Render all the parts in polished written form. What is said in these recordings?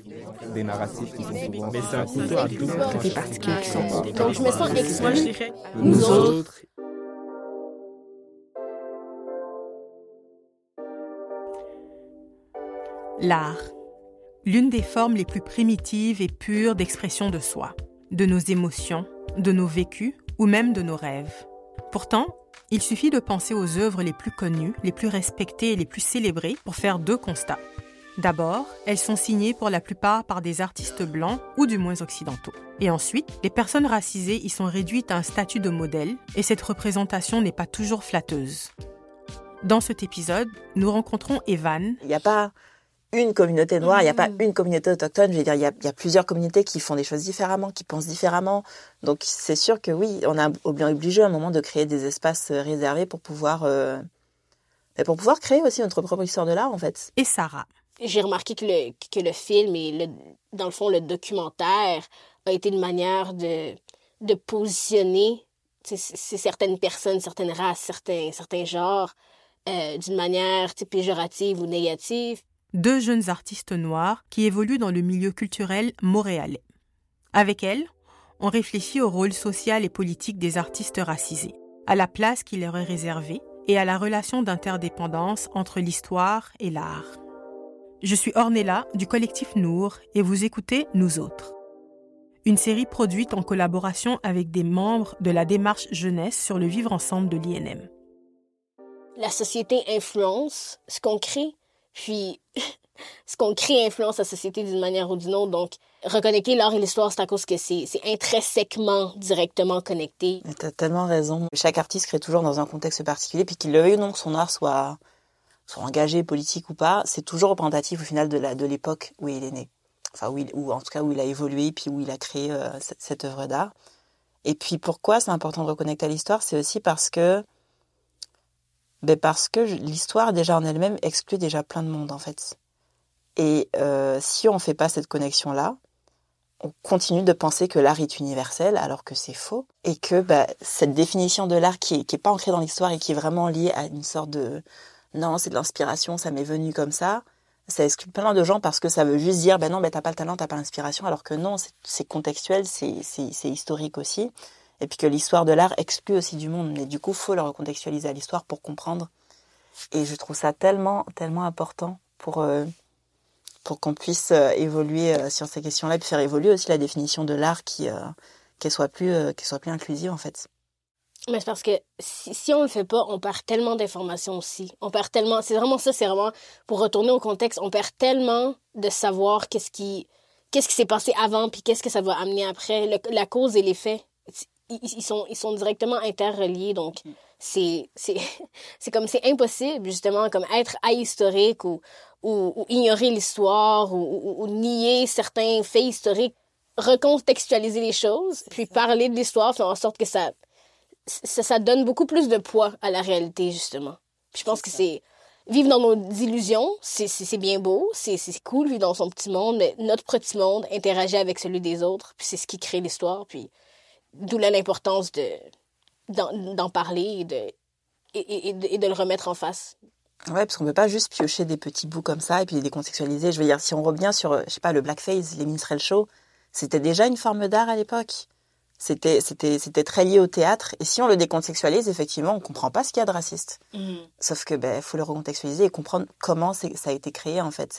Des narratifs qui sont souvent... Mais c'est un couteau à double tranchant. Des particules qui sont... Donc, je me sens exclue. Moi, je dirais, Nous autres. L'art. L'une des formes les plus primitives et pures d'expression de soi, de nos émotions, de nos vécus ou même de nos rêves. Pourtant, il suffit de penser aux œuvres les plus connues, les plus respectées et les plus célébrées pour faire deux constats. D'abord, elles sont signées pour la plupart par des artistes blancs ou du moins occidentaux. Et ensuite, les personnes racisées y sont réduites à un statut de modèle et cette représentation n'est pas toujours flatteuse. Dans cet épisode, nous rencontrons Evan. Il n'y a pas une communauté noire, il n'y a pas une communauté autochtone. Je veux dire, il y a plusieurs communautés qui font des choses différemment, qui pensent différemment. Donc, c'est sûr que oui, on a obligé à un moment de créer des espaces réservés pour pouvoir créer aussi notre propre histoire de l'art, en fait. Et Sarah. J'ai remarqué que le film et, dans le fond, le documentaire a été une manière de positionner certaines personnes, certaines races, certains genres d'une manière péjorative ou négative. Deux jeunes artistes noirs qui évoluent dans le milieu culturel montréalais. Avec elles, on réfléchit au rôle social et politique des artistes racisés, à la place qui leur est réservée et à la relation d'interdépendance entre l'histoire et l'art. Je suis Ornella du collectif Nour et vous écoutez Nous autres. Une série produite en collaboration avec des membres de la démarche jeunesse sur le vivre ensemble de l'INM. La société influence ce qu'on crée, puis ce qu'on crée influence la société d'une manière ou d'une autre. Donc, reconnecter l'art et l'histoire, c'est à cause que c'est intrinsèquement, directement connecté. Tu as tellement raison. Chaque artiste crée toujours dans un contexte particulier, puis qu'il le veuille ou non que son art soit engagé, politique ou pas, c'est toujours représentatif au final de l'époque où il est né. Enfin, ou en tout cas où il a évolué, puis où il a créé cette œuvre d'art. Et puis pourquoi c'est important de reconnecter à l'histoire, c'est aussi parce que l'histoire déjà en elle-même exclut déjà plein de monde en fait. Et si on ne fait pas cette connexion-là, on continue de penser que l'art est universel alors que c'est faux. Et que cette définition de l'art qui est pas ancrée dans l'histoire et qui est vraiment liée à une sorte de... Non, c'est de l'inspiration, ça m'est venu comme ça exclut plein de gens parce que ça veut juste dire t'as pas le talent, t'as pas l'inspiration, alors que non, c'est contextuel, c'est historique aussi. Et puis que l'histoire de l'art exclut aussi du monde. Mais du coup, il faut le recontextualiser à l'histoire pour comprendre. Et je trouve ça tellement, tellement important pour qu'on puisse évoluer sur ces questions-là et puis faire évoluer aussi la définition de l'art qu'elle soit plus inclusive, en fait. Mais c'est parce que si on le fait pas, on perd tellement d'informations aussi. On perd tellement... C'est vraiment, pour retourner au contexte, on perd tellement de savoir qu'est-ce qui s'est passé avant puis qu'est-ce que ça va amener après. La cause et l'effet, ils sont directement interreliés. Donc, c'est impossible, justement, comme être ahistorique ou ignorer l'histoire ou nier certains faits historiques. Recontextualiser les choses, puis parler de l'histoire, faire en sorte que ça donne beaucoup plus de poids à la réalité, justement. Puis je pense que c'est... Vivre dans nos illusions, c'est bien beau, c'est cool, vivre dans son petit monde, mais notre petit monde interagit avec celui des autres, puis c'est ce qui crée l'histoire, puis d'où l'importance d'en parler et de le remettre en face. Ouais, parce qu'on peut pas juste piocher des petits bouts comme ça et puis les décontextualiser. Je veux dire, si on revient sur, le blackface, les minstrel shows, c'était déjà une forme d'art à l'époque. C'était très lié au théâtre. Et si on le décontextualise, effectivement, on comprend pas ce qu'il y a de raciste. Sauf que, faut le recontextualiser et comprendre comment ça a été créé, en fait,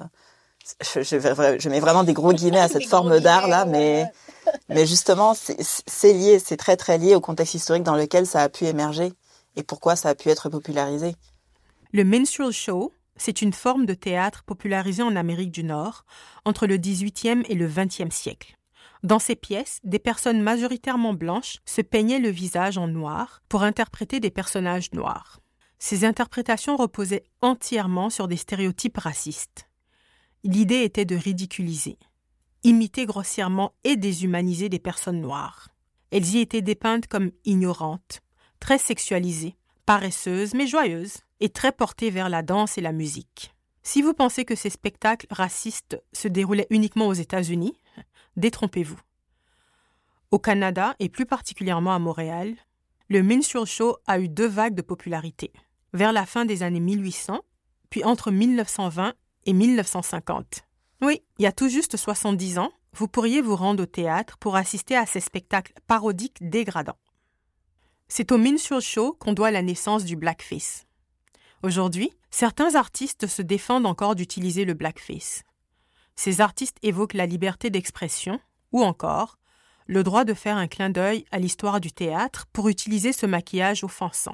je mets vraiment des gros guillemets à cette forme d'art-là, mais justement, c'est lié, c'est très, très lié au contexte historique dans lequel ça a pu émerger et pourquoi ça a pu être popularisé. Le minstrel show, c'est une forme de théâtre popularisée en Amérique du Nord entre le 18e et le 20e siècle. Dans ces pièces, des personnes majoritairement blanches se peignaient le visage en noir pour interpréter des personnages noirs. Ces interprétations reposaient entièrement sur des stéréotypes racistes. L'idée était de ridiculiser, imiter grossièrement et déshumaniser des personnes noires. Elles y étaient dépeintes comme ignorantes, très sexualisées, paresseuses mais joyeuses, et très portées vers la danse et la musique. Si vous pensez que ces spectacles racistes se déroulaient uniquement aux États-Unis, détrompez-vous. Au Canada, et plus particulièrement à Montréal, le minstrel show a eu 2 vagues de popularité, vers la fin des années 1800, puis entre 1920 et 1950. Oui, il y a tout juste 70 ans, vous pourriez vous rendre au théâtre pour assister à ces spectacles parodiques dégradants. C'est au Minstrel Show qu'on doit la naissance du blackface. Aujourd'hui, certains artistes se défendent encore d'utiliser le blackface. Ces artistes évoquent la liberté d'expression ou encore le droit de faire un clin d'œil à l'histoire du théâtre pour utiliser ce maquillage offensant.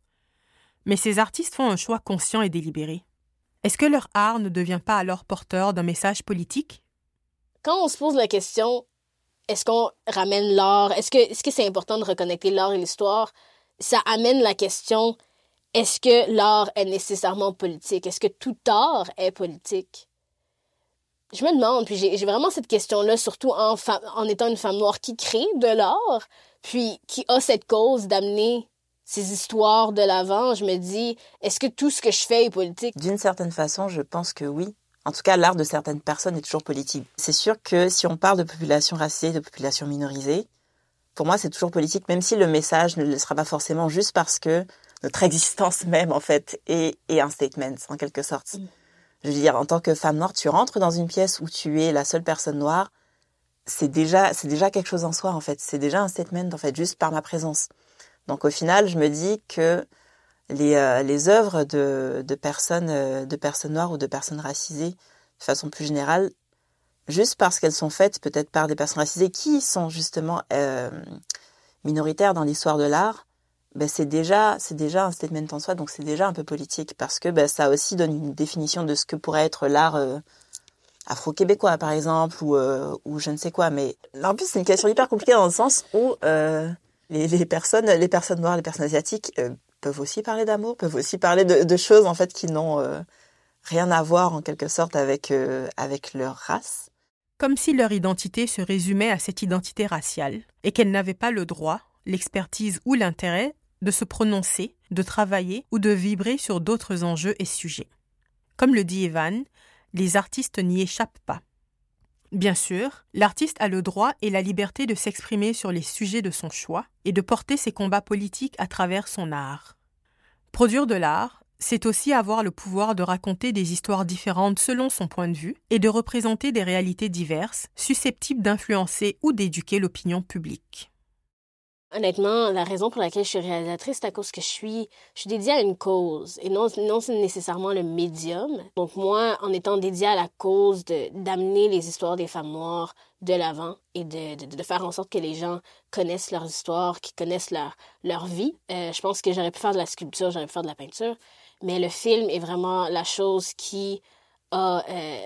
Mais ces artistes font un choix conscient et délibéré. Est-ce que leur art ne devient pas alors porteur d'un message politique? Quand on se pose la question, est-ce qu'on ramène l'art, est-ce que c'est important de reconnecter l'art et l'histoire, ça amène la question, est-ce que l'art est nécessairement politique? Est-ce que tout art est politique? Je me demande, puis j'ai vraiment cette question-là, surtout en étant une femme noire qui crée de l'art, puis qui a cette cause d'amener ces histoires de l'avant. Je me dis, est-ce que tout ce que je fais est politique? D'une certaine façon, je pense que oui. En tout cas, l'art de certaines personnes est toujours politique. C'est sûr que si on parle de population racisée, de population minorisée, pour moi, c'est toujours politique, même si le message ne le sera pas forcément juste parce que notre existence même, en fait, est un statement, en quelque sorte. Je veux dire, en tant que femme noire, tu rentres dans une pièce où tu es la seule personne noire, c'est déjà quelque chose en soi, en fait. C'est déjà un statement, en fait, juste par ma présence. Donc, au final, je me dis que les œuvres de personnes noires ou de personnes racisées, de façon plus générale, juste parce qu'elles sont faites peut-être par des personnes racisées qui sont justement minoritaires dans l'histoire de l'art, ben c'est déjà un statement en soi, donc c'est déjà un peu politique parce que ça aussi donne une définition de ce que pourrait être l'art afro-québécois par exemple ou je ne sais quoi. Mais en plus c'est une question hyper compliquée dans le sens où les personnes noires, les personnes asiatiques peuvent aussi parler d'amour, peuvent aussi parler de choses en fait qui n'ont rien à voir en quelque sorte avec leur race. Comme si leur identité se résumait à cette identité raciale et qu'elles n'avaient pas le droit, l'expertise ou l'intérêt de se prononcer, de travailler ou de vibrer sur d'autres enjeux et sujets. Comme le dit Evan, les artistes n'y échappent pas. Bien sûr, l'artiste a le droit et la liberté de s'exprimer sur les sujets de son choix et de porter ses combats politiques à travers son art. Produire de l'art, c'est aussi avoir le pouvoir de raconter des histoires différentes selon son point de vue et de représenter des réalités diverses, susceptibles d'influencer ou d'éduquer l'opinion publique. Honnêtement, la raison pour laquelle je suis réalisatrice, c'est à cause que je suis dédiée à une cause et non c'est nécessairement le médium. Donc moi, en étant dédiée à la cause d'amener les histoires des femmes noires de l'avant et de faire en sorte que les gens connaissent leurs histoires, qu'ils connaissent leur vie, je pense que j'aurais pu faire de la sculpture, j'aurais pu faire de la peinture, mais le film est vraiment la chose qui a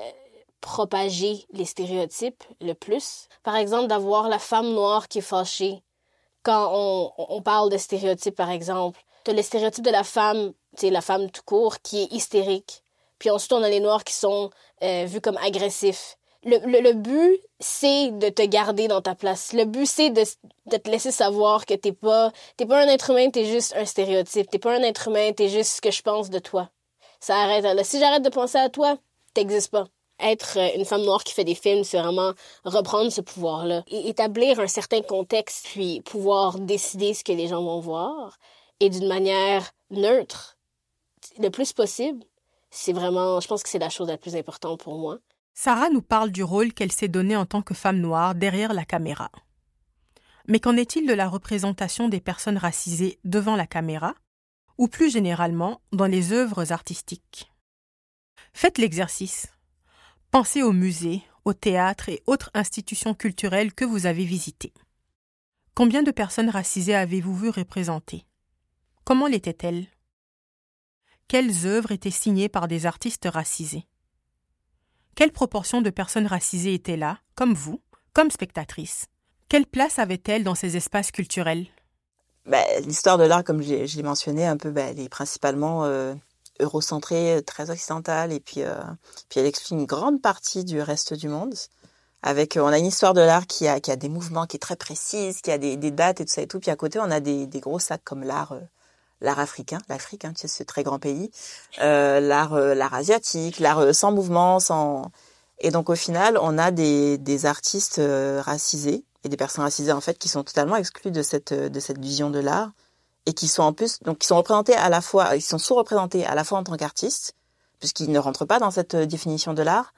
propagé les stéréotypes le plus. Par exemple, d'avoir la femme noire qui est fâchée. Quand on parle de stéréotypes, par exemple, t'as le stéréotype de la femme, tu sais, la femme tout court, qui est hystérique. Puis ensuite, on a les Noirs qui sont vus comme agressifs. Le but, c'est de te garder dans ta place. Le but, c'est de te laisser savoir que t'es pas un être humain, t'es juste un stéréotype. T'es pas un être humain, t'es juste ce que je pense de toi. Ça arrête là. Si j'arrête de penser à toi, t'existes pas. Être une femme noire qui fait des films, c'est vraiment reprendre ce pouvoir-là. Et établir un certain contexte, puis pouvoir décider ce que les gens vont voir. Et d'une manière neutre, le plus possible, c'est vraiment, je pense que c'est la chose la plus importante pour moi. Sarah nous parle du rôle qu'elle s'est donné en tant que femme noire derrière la caméra. Mais qu'en est-il de la représentation des personnes racisées devant la caméra, ou plus généralement dans les œuvres artistiques? Faites l'exercice. Pensez aux musées, au théâtre et autres institutions culturelles que vous avez visitées. Combien de personnes racisées avez-vous vu représentées? Comment l'étaient-elles? Quelles œuvres étaient signées par des artistes racisés? Quelle proportion de personnes racisées étaient là, comme vous, comme spectatrices? Quelle place avaient-elles dans ces espaces culturels? L'histoire de l'art, comme je l'ai mentionné un peu, elle est principalement eurocentrée, très occidentale, et puis elle exclut une grande partie du reste du monde. On a une histoire de l'art qui a des mouvements, qui est très précise, qui a des dates et tout ça et tout. Puis à côté, on a des gros sacs comme l'art africain, l'Afrique, tu sais, ce très grand pays, l'art asiatique, l'art sans mouvement, et donc au final, on a des artistes racisés et des personnes racisées en fait qui sont totalement exclus de cette vision de l'art et qui sont en plus qui sont représentés à la fois, ils sont sous-représentés à la fois en tant qu'artistes puisqu'ils ne rentrent pas dans cette définition de l'art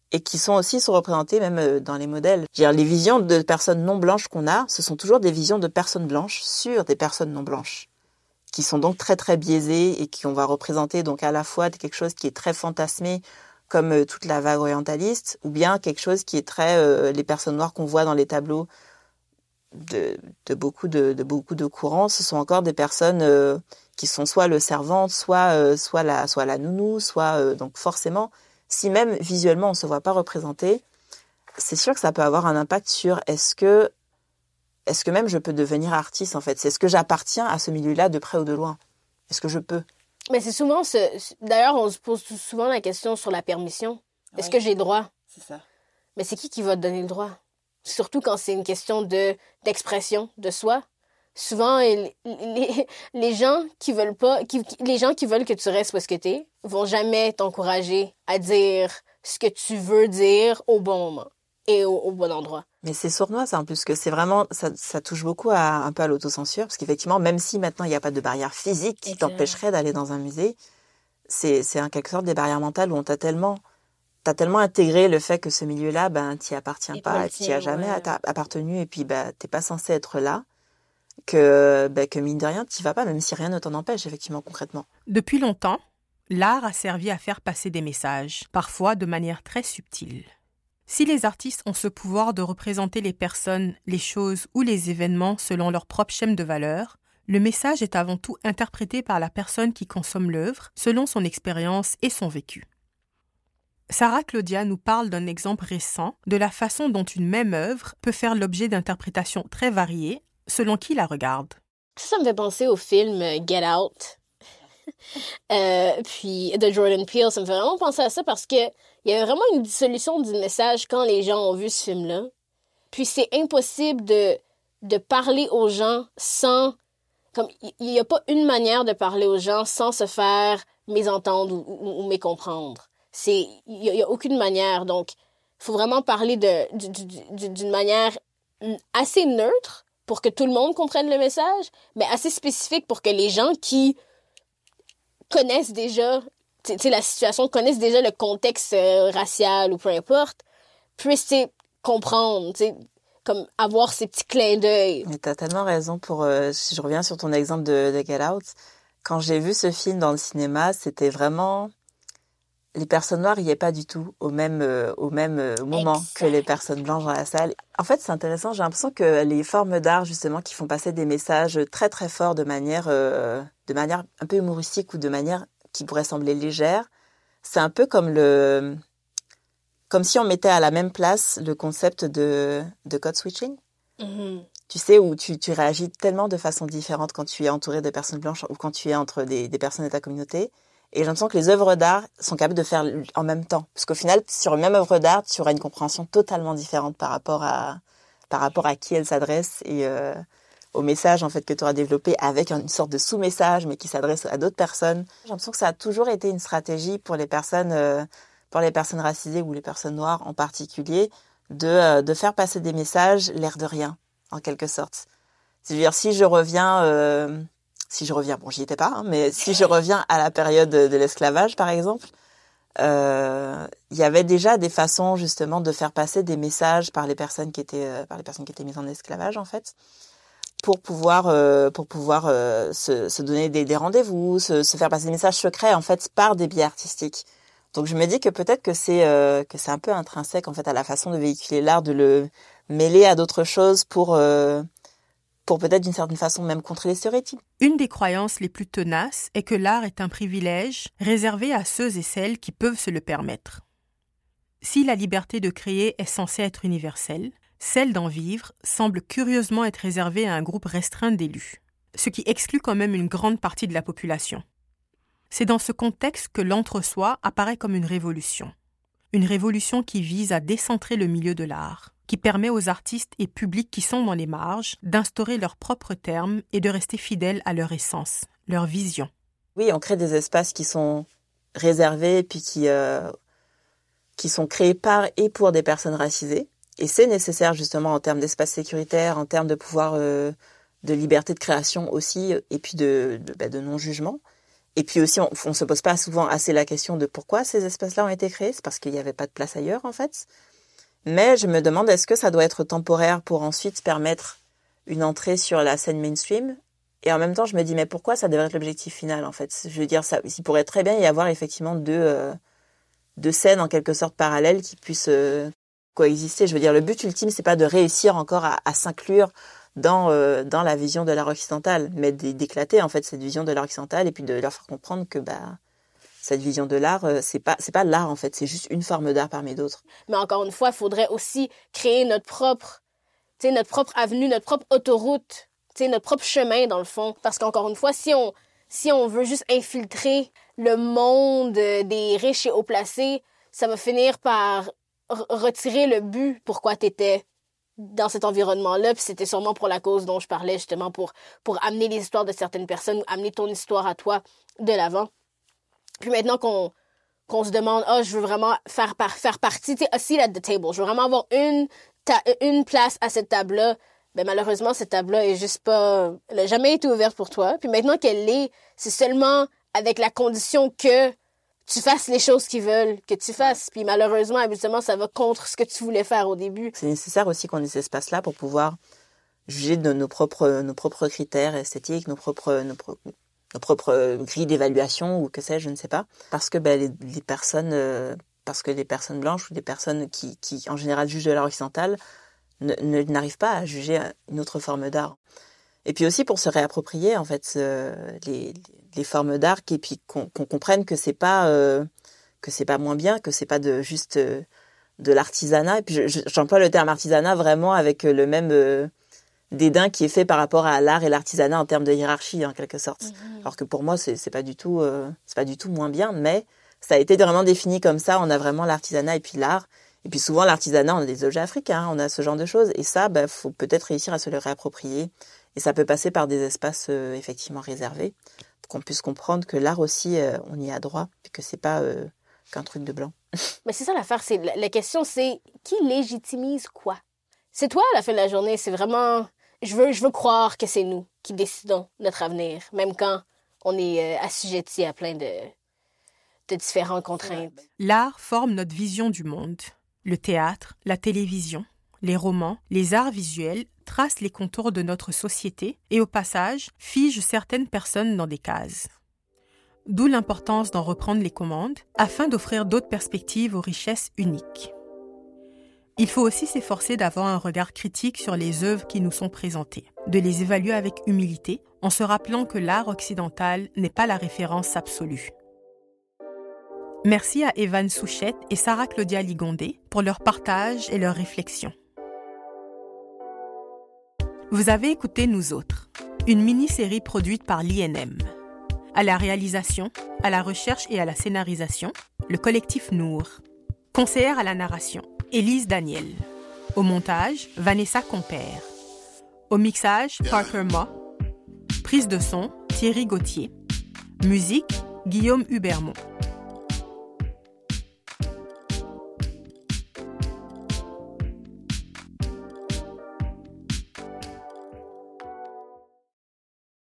et qui sont aussi représentées même dans les modèles. Je veux dire, les visions de personnes non blanches qu'on a, ce sont toujours des visions de personnes blanches sur des personnes non blanches, qui sont donc très très biaisées et qui on va représenter donc à la fois quelque chose qui est très fantasmé comme toute la vague orientaliste, ou bien quelque chose qui est très les personnes noires qu'on voit dans les tableaux de beaucoup de courants, ce sont encore des personnes qui sont soit le servante, soit la nounou, donc forcément, si même visuellement on se voit pas représenté, c'est sûr que ça peut avoir un impact sur est-ce que même je peux devenir artiste en fait, c'est est-ce que j'appartiens à ce milieu-là de près ou de loin, est-ce que je peux? Mais c'est souvent d'ailleurs on se pose souvent la question sur la permission. Est-ce que j'ai droit? C'est ça. Mais c'est qui va te donner le droit? Surtout quand c'est une question d'expression de soi. Souvent, les gens qui veulent pas, les gens qui veulent que tu restes où est-ce que t'es, vont jamais t'encourager à dire ce que tu veux dire au bon moment et au bon endroit. Mais c'est sournois, ça, en plus, que c'est vraiment, ça touche beaucoup un peu à l'autocensure, parce qu'effectivement, même si maintenant il n'y a pas de barrière physique qui t'empêcherait d'aller dans un musée, c'est en quelque sorte des barrières mentales où on t'as tellement intégré le fait que ce milieu-là, t'y appartiens pas, t'y as jamais appartenu, et puis, t'es pas censé être là, que mine de rien, t'y vas pas, même si rien ne t'en empêche, effectivement, concrètement. Depuis longtemps, l'art a servi à faire passer des messages, parfois de manière très subtile. Si les artistes ont ce pouvoir de représenter les personnes, les choses ou les événements selon leur propre schème de valeurs, le message est avant tout interprété par la personne qui consomme l'œuvre selon son expérience et son vécu. Sarah Claudia nous parle d'un exemple récent de la façon dont une même œuvre peut faire l'objet d'interprétations très variées selon qui la regarde. Ça me fait penser au film Get Out, puis de Jordan Peele. Ça me fait vraiment penser à ça parce que il y avait vraiment une dissolution du message quand les gens ont vu ce film-là. Puis c'est impossible de parler aux gens sans... Comme il n'y a pas une manière de parler aux gens sans se faire mésentendre ou mécomprendre. Il y a aucune manière. Donc, il faut vraiment parler d'une manière assez neutre pour que tout le monde comprenne le message, mais assez spécifique pour que les gens qui connaissent déjà la situation, connaissent déjà le contexte racial ou peu importe, puissent comprendre, comme avoir ces petits clins d'œil. Mais t'as tellement raison si je reviens sur ton exemple de Get Out, quand j'ai vu ce film dans le cinéma, c'était vraiment... Les personnes noires n'y est pas du tout au même moment que les personnes blanches dans la salle. En fait, c'est intéressant, j'ai l'impression que les formes d'art, justement, qui font passer des messages très très forts de manière un peu humoristique ou de manière qui pourrait sembler légère, c'est un peu comme si on mettait à la même place le concept de code switching. Mm-hmm. Tu sais, où tu réagis tellement de façon différente quand tu es entouré de personnes blanches ou quand tu es entre des personnes de ta communauté. Et j'ai l'impression que les œuvres d'art sont capables de faire en même temps. Parce qu'au final, sur une même œuvre d'art, tu auras une compréhension totalement différente par rapport à qui elle s'adresse et au message en fait que tu auras développé avec une sorte de sous-message, mais qui s'adresse à d'autres personnes. J'ai l'impression que ça a toujours été une stratégie pour les personnes racisées ou les personnes noires en particulier, de faire passer des messages l'air de rien, en quelque sorte. C'est-à-dire, si je reviens, bon, j'y étais pas, mais si je reviens à la période de l'esclavage, par exemple, il y avait déjà des façons justement de faire passer des messages par les personnes qui étaient mises en esclavage en fait, pour pouvoir se donner des rendez-vous, se faire passer des messages secrets en fait par des biais artistiques. Donc je me dis que peut-être que c'est un peu intrinsèque en fait à la façon de véhiculer l'art, de le mêler à d'autres choses pour peut-être d'une certaine façon même contrer les stéréotypes. Une des croyances les plus tenaces est que l'art est un privilège réservé à ceux et celles qui peuvent se le permettre. Si la liberté de créer est censée être universelle, celle d'en vivre semble curieusement être réservée à un groupe restreint d'élus, ce qui exclut quand même une grande partie de la population. C'est dans ce contexte que l'entre-soi apparaît comme une révolution qui vise à décentrer le milieu de l'art, qui permet aux artistes et publics qui sont dans les marges d'instaurer leurs propres termes et de rester fidèles à leur essence, leur vision. Oui, on crée des espaces qui sont réservés puis qui sont créés par et pour des personnes racisées. Et c'est nécessaire justement en termes d'espace sécuritaire, en termes de pouvoir, de liberté de création aussi, et puis de non-jugement. Et puis aussi, on se pose pas souvent assez la question de pourquoi ces espaces-là ont été créés. C'est parce qu'il n'y avait pas de place ailleurs, en fait. Mais je me demande, est-ce que ça doit être temporaire pour ensuite permettre une entrée sur la scène mainstream? Et en même temps, je me dis, mais pourquoi ça devrait être l'objectif final, en fait? Je veux dire, il pourrait très bien y avoir effectivement deux scènes, en quelque sorte, parallèles qui puissent coexister. Je veux dire, le but ultime, c'est pas de réussir encore à s'inclure dans la vision de l'art occidental, mais d'éclater en fait cette vision de l'art occidental et puis de leur faire comprendre que cette vision de l'art, c'est pas l'art en fait, c'est juste une forme d'art parmi d'autres. Mais encore une fois, il faudrait aussi créer notre propre avenue, notre propre autoroute, notre propre chemin dans le fond. Parce qu'encore une fois, si on veut juste infiltrer le monde des riches et haut placés, ça va finir par retirer le but pourquoi t'étais dans cet environnement-là, puis c'était sûrement pour la cause dont je parlais, justement, pour amener les histoires de certaines personnes, amener ton histoire à toi de l'avant. Puis maintenant qu'on se demande, je veux vraiment faire partie, tu sais, a seat at the table, je veux vraiment avoir une place à cette table-là, ben malheureusement, cette table-là est juste pas, elle a jamais été ouverte pour toi, puis maintenant qu'elle l'est, c'est seulement avec la condition que tu fasses les choses qu'ils veulent que tu fasses. Puis malheureusement, habituellement, ça va contre ce que tu voulais faire au début. C'est nécessaire aussi qu'on ait ces espaces-là pour pouvoir juger de nos propres critères esthétiques, nos propres grilles d'évaluation ou que sais-je, je ne sais pas. Parce que les personnes blanches ou des personnes qui en général jugent de l'art occidental n'arrivent pas à juger une autre forme d'art. Et puis aussi pour se réapproprier en fait les formes d'art et puis qu'on comprenne que c'est pas moins bien, que c'est pas juste de l'artisanat. Et puis j'emploie le terme artisanat vraiment avec le même dédain qui est fait par rapport à l'art et l'artisanat en termes de hiérarchie en quelque sorte. Mm-hmm. Alors que pour moi c'est pas du tout moins bien, mais ça a été vraiment défini comme ça. On a vraiment l'artisanat et puis l'art. Et puis souvent l'artisanat, on a des objets africains, on a ce genre de choses. Et ça, faut peut-être réussir à se le réapproprier. Et ça peut passer par des espaces effectivement réservés, pour qu'on puisse comprendre que l'art aussi, on y a droit, et que c'est pas qu'un truc de blanc. Mais c'est ça l'affaire, la question c'est qui légitimise quoi? C'est toi à la fin de la journée, c'est vraiment, je veux croire que c'est nous qui décidons notre avenir, même quand on est assujetti à plein de différentes contraintes. L'art forme notre vision du monde. Le théâtre, la télévision, les romans, les arts visuels tracent les contours de notre société et au passage figent certaines personnes dans des cases. D'où l'importance d'en reprendre les commandes afin d'offrir d'autres perspectives aux richesses uniques. Il faut aussi s'efforcer d'avoir un regard critique sur les œuvres qui nous sont présentées, de les évaluer avec humilité en se rappelant que l'art occidental n'est pas la référence absolue. Merci à Evan Souchette et Sarah Claudia Ligondé pour leur partage et leurs réflexions. Vous avez écouté Nous Autres, une mini-série produite par l'INM. À la réalisation, à la recherche et à la scénarisation, le collectif Nour. Conseillère à la narration, Élise Daniel. Au montage, Vanessa Compère. Au mixage, Parker Ma. Prise de son, Thierry Gauthier. Musique, Guillaume Hubermont.